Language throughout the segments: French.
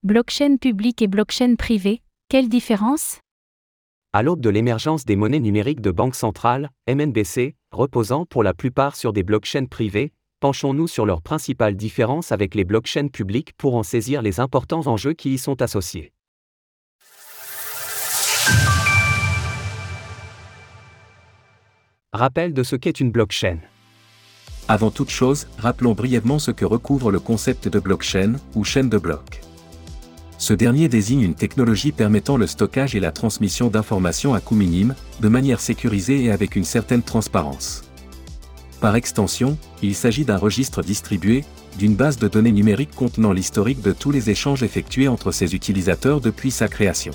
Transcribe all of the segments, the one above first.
Blockchain publique et blockchain privée, quelle différence? À l'aube de l'émergence des monnaies numériques de banque centrale, MNBC, reposant pour la plupart sur des blockchains privées, penchons-nous sur leurs principales différences avec les blockchains publiques pour en saisir les importants enjeux qui y sont associés. Rappel de ce qu'est une blockchain. Avant toute chose, rappelons brièvement ce que recouvre le concept de blockchain, ou chaîne de blocs. Ce dernier désigne une technologie permettant le stockage et la transmission d'informations à coût minime, de manière sécurisée et avec une certaine transparence. Par extension, il s'agit d'un registre distribué, d'une base de données numériques contenant l'historique de tous les échanges effectués entre ses utilisateurs depuis sa création.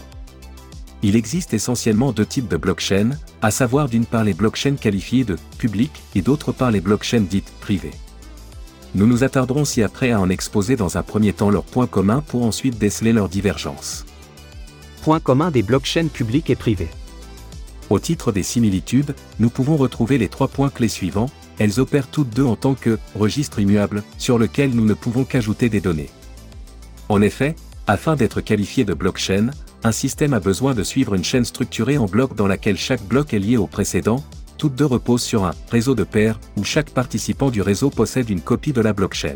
Il existe essentiellement deux types de blockchains, à savoir d'une part les blockchains qualifiées de « publiques » et d'autre part les blockchains dites « privées ». Nous nous attarderons ci-après à en exposer dans un premier temps leurs points communs pour ensuite déceler leurs divergences. Points communs des blockchains publiques et privées. Au titre des similitudes, nous pouvons retrouver les trois points clés suivants. Elles opèrent toutes deux en tant que « registre immuable » sur lequel nous ne pouvons qu'ajouter des données. En effet, afin d'être qualifié de blockchain, un système a besoin de suivre une chaîne structurée en blocs dans laquelle chaque bloc est lié au précédent. Toutes deux reposent sur un réseau de pairs où chaque participant du réseau possède une copie de la blockchain.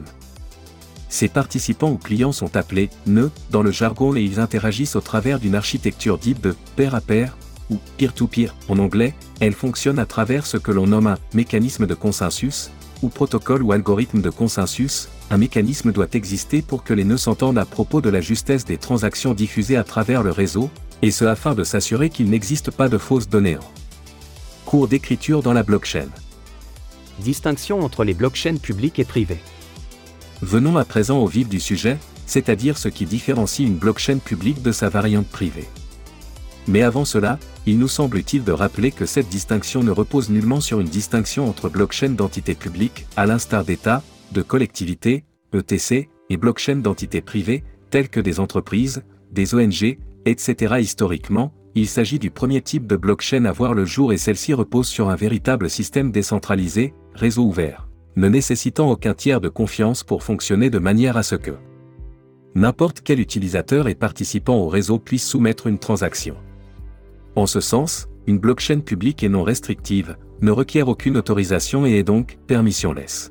Ces participants ou clients sont appelés nœuds dans le jargon et ils interagissent au travers d'une architecture dite de pair à pair ou peer-to-peer en anglais. Elle fonctionne à travers ce que l'on nomme un mécanisme de consensus ou protocole ou algorithme de consensus. Un mécanisme doit exister pour que les nœuds s'entendent à propos de la justesse des transactions diffusées à travers le réseau, et ce afin de s'assurer qu'il n'existe pas de fausses données. Cours d'écriture dans la blockchain. Distinction entre les blockchains publiques et privées. Venons à présent au vif du sujet, c'est-à-dire ce qui différencie une blockchain publique de sa variante privée. Mais avant cela, il nous semble utile de rappeler que cette distinction ne repose nullement sur une distinction entre blockchain d'entités publiques, à l'instar d'États, de collectivités, ETC, et blockchain d'entités privées, telles que des entreprises, des ONG, etc. Historiquement, il s'agit du premier type de blockchain à voir le jour et celle-ci repose sur un véritable système décentralisé, réseau ouvert, ne nécessitant aucun tiers de confiance pour fonctionner de manière à ce que n'importe quel utilisateur et participant au réseau puisse soumettre une transaction. En ce sens, une blockchain publique et non restrictive ne requiert aucune autorisation et est donc permissionless.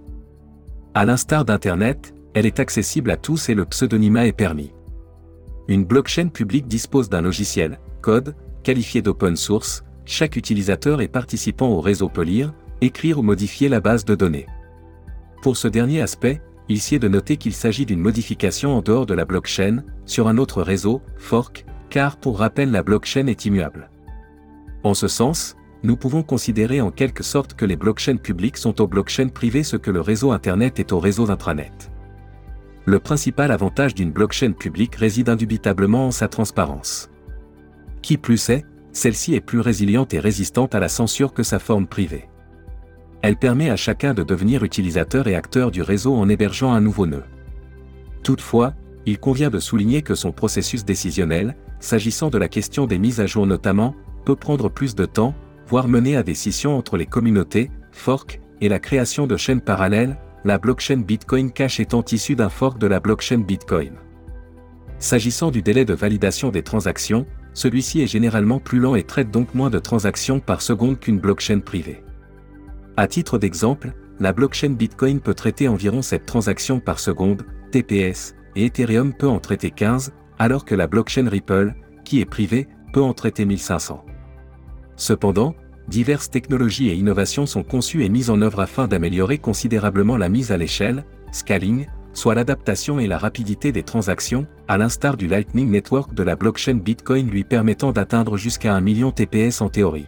À l'instar d'Internet, elle est accessible à tous et le pseudonymat est permis. Une blockchain publique dispose d'un logiciel, code, qualifié d'open source. Chaque utilisateur et participant au réseau peut lire, écrire ou modifier la base de données. Pour ce dernier aspect, il sied de noter qu'il s'agit d'une modification en dehors de la blockchain, sur un autre réseau, fork, car pour rappel la blockchain est immuable. En ce sens, nous pouvons considérer en quelque sorte que les blockchains publiques sont aux blockchains privées ce que le réseau Internet est aux réseaux intranet. Le principal avantage d'une blockchain publique réside indubitablement en sa transparence. Qui plus est, celle-ci est plus résiliente et résistante à la censure que sa forme privée. Elle permet à chacun de devenir utilisateur et acteur du réseau en hébergeant un nouveau nœud. Toutefois, il convient de souligner que son processus décisionnel, s'agissant de la question des mises à jour notamment, peut prendre plus de temps, voire mener à des scissions entre les communautés, fork, et la création de chaînes parallèles, la blockchain Bitcoin Cash étant issue d'un fork de la blockchain Bitcoin. S'agissant du délai de validation des transactions, celui-ci est généralement plus lent et traite donc moins de transactions par seconde qu'une blockchain privée. À titre d'exemple, la blockchain Bitcoin peut traiter environ 7 transactions par seconde, TPS, et Ethereum peut en traiter 15, alors que la blockchain Ripple, qui est privée, peut en traiter 1500. Cependant, diverses technologies et innovations sont conçues et mises en œuvre afin d'améliorer considérablement la mise à l'échelle, scaling, soit l'adaptation et la rapidité des transactions, à l'instar du Lightning Network de la blockchain Bitcoin lui permettant d'atteindre jusqu'à 1 million TPS en théorie.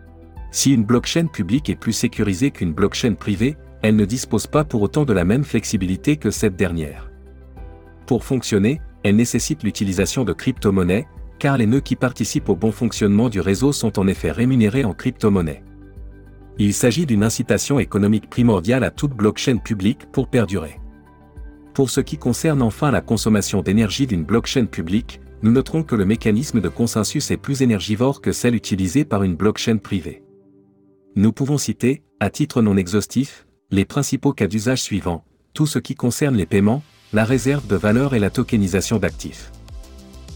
Si une blockchain publique est plus sécurisée qu'une blockchain privée, elle ne dispose pas pour autant de la même flexibilité que cette dernière. Pour fonctionner, elle nécessite l'utilisation de crypto-monnaies, car les nœuds qui participent au bon fonctionnement du réseau sont en effet rémunérés en crypto-monnaies. Il s'agit d'une incitation économique primordiale à toute blockchain publique pour perdurer. Pour ce qui concerne enfin la consommation d'énergie d'une blockchain publique, nous noterons que le mécanisme de consensus est plus énergivore que celle utilisée par une blockchain privée. Nous pouvons citer, à titre non exhaustif, les principaux cas d'usage suivants, tout ce qui concerne les paiements, la réserve de valeur et la tokenisation d'actifs.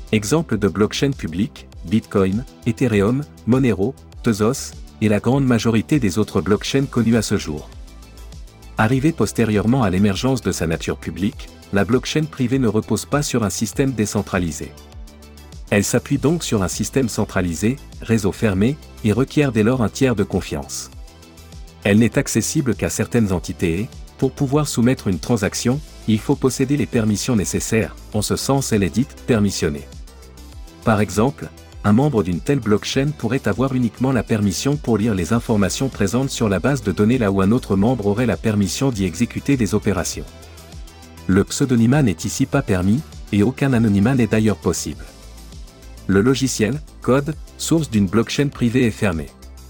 Exemple de blockchain publique, Bitcoin, Ethereum, Monero, Tezos, et la grande majorité des autres blockchains connues à ce jour. Arrivée postérieurement à l'émergence de sa nature publique, la blockchain privée ne repose pas sur un système décentralisé. Elle s'appuie donc sur un système centralisé, réseau fermé, et requiert dès lors un tiers de confiance. Elle n'est accessible qu'à certaines entités et, pour pouvoir soumettre une transaction, il faut posséder les permissions nécessaires, en ce sens elle est dite permissionnée. Par exemple, un membre d'une telle blockchain pourrait avoir uniquement la permission pour lire les informations présentes sur la base de données là où un autre membre aurait la permission d'y exécuter des opérations. Le pseudonymat n'est ici pas permis, et aucun anonymat n'est d'ailleurs possible. Le logiciel, code, source d'une blockchain privée est fermé.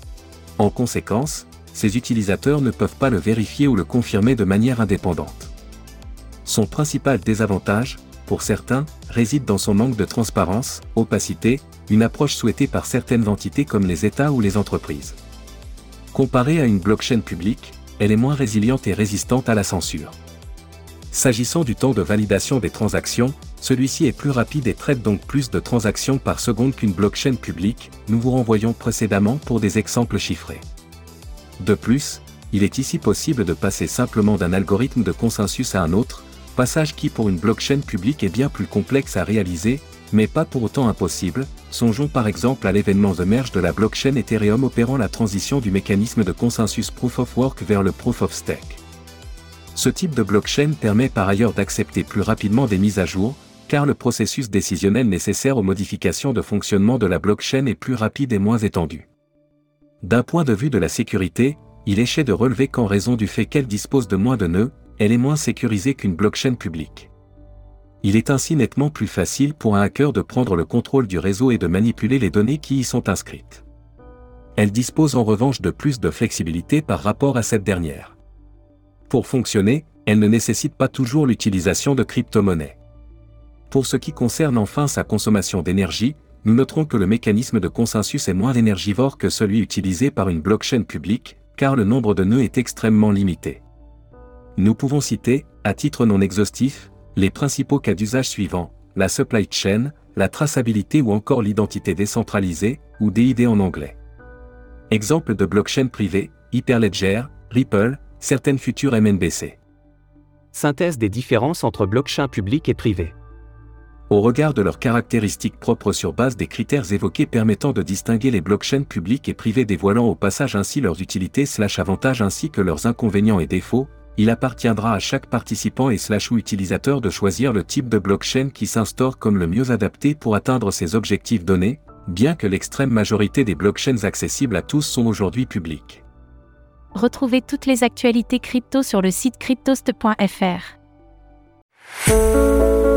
En conséquence, ses utilisateurs ne peuvent pas le vérifier ou le confirmer de manière indépendante. Son principal désavantage, pour certains, réside dans son manque de transparence, opacité, une approche souhaitée par certaines entités comme les États ou les entreprises. Comparée à une blockchain publique, elle est moins résiliente et résistante à la censure. S'agissant du temps de validation des transactions, celui-ci est plus rapide et traite donc plus de transactions par seconde qu'une blockchain publique, nous vous renvoyons précédemment pour des exemples chiffrés. De plus, il est ici possible de passer simplement d'un algorithme de consensus à un autre, passage qui pour une blockchain publique est bien plus complexe à réaliser, mais pas pour autant impossible. Songeons par exemple à l'événement The Merge de la blockchain Ethereum opérant la transition du mécanisme de consensus Proof of Work vers le Proof of Stake. Ce type de blockchain permet par ailleurs d'accepter plus rapidement des mises à jour, car le processus décisionnel nécessaire aux modifications de fonctionnement de la blockchain est plus rapide et moins étendu. D'un point de vue de la sécurité, il est de relever qu'en raison du fait qu'elle dispose de moins de nœuds, elle est moins sécurisée qu'une blockchain publique. Il est ainsi nettement plus facile pour un hacker de prendre le contrôle du réseau et de manipuler les données qui y sont inscrites. Elle dispose en revanche de plus de flexibilité par rapport à cette dernière. Pour fonctionner, elle ne nécessite pas toujours l'utilisation de crypto-monnaies. Pour ce qui concerne enfin sa consommation d'énergie, nous noterons que le mécanisme de consensus est moins énergivore que celui utilisé par une blockchain publique, car le nombre de nœuds est extrêmement limité. Nous pouvons citer, à titre non exhaustif, les principaux cas d'usage suivants, la supply chain, la traçabilité ou encore l'identité décentralisée, ou DID en anglais. Exemple de blockchain privée, Hyperledger, Ripple, certaines futures MNBC. Synthèse des différences entre blockchain public et privé. Au regard de leurs caractéristiques propres sur base des critères évoqués permettant de distinguer les blockchains publiques et privées dévoilant au passage ainsi leurs utilités/avantages ainsi que leurs inconvénients et défauts, il appartiendra à chaque participant et ou utilisateur de choisir le type de blockchain qui s'instaure comme le mieux adapté pour atteindre ses objectifs donnés, bien que l'extrême majorité des blockchains accessibles à tous sont aujourd'hui publiques. Retrouvez toutes les actualités crypto sur le site cryptost.fr.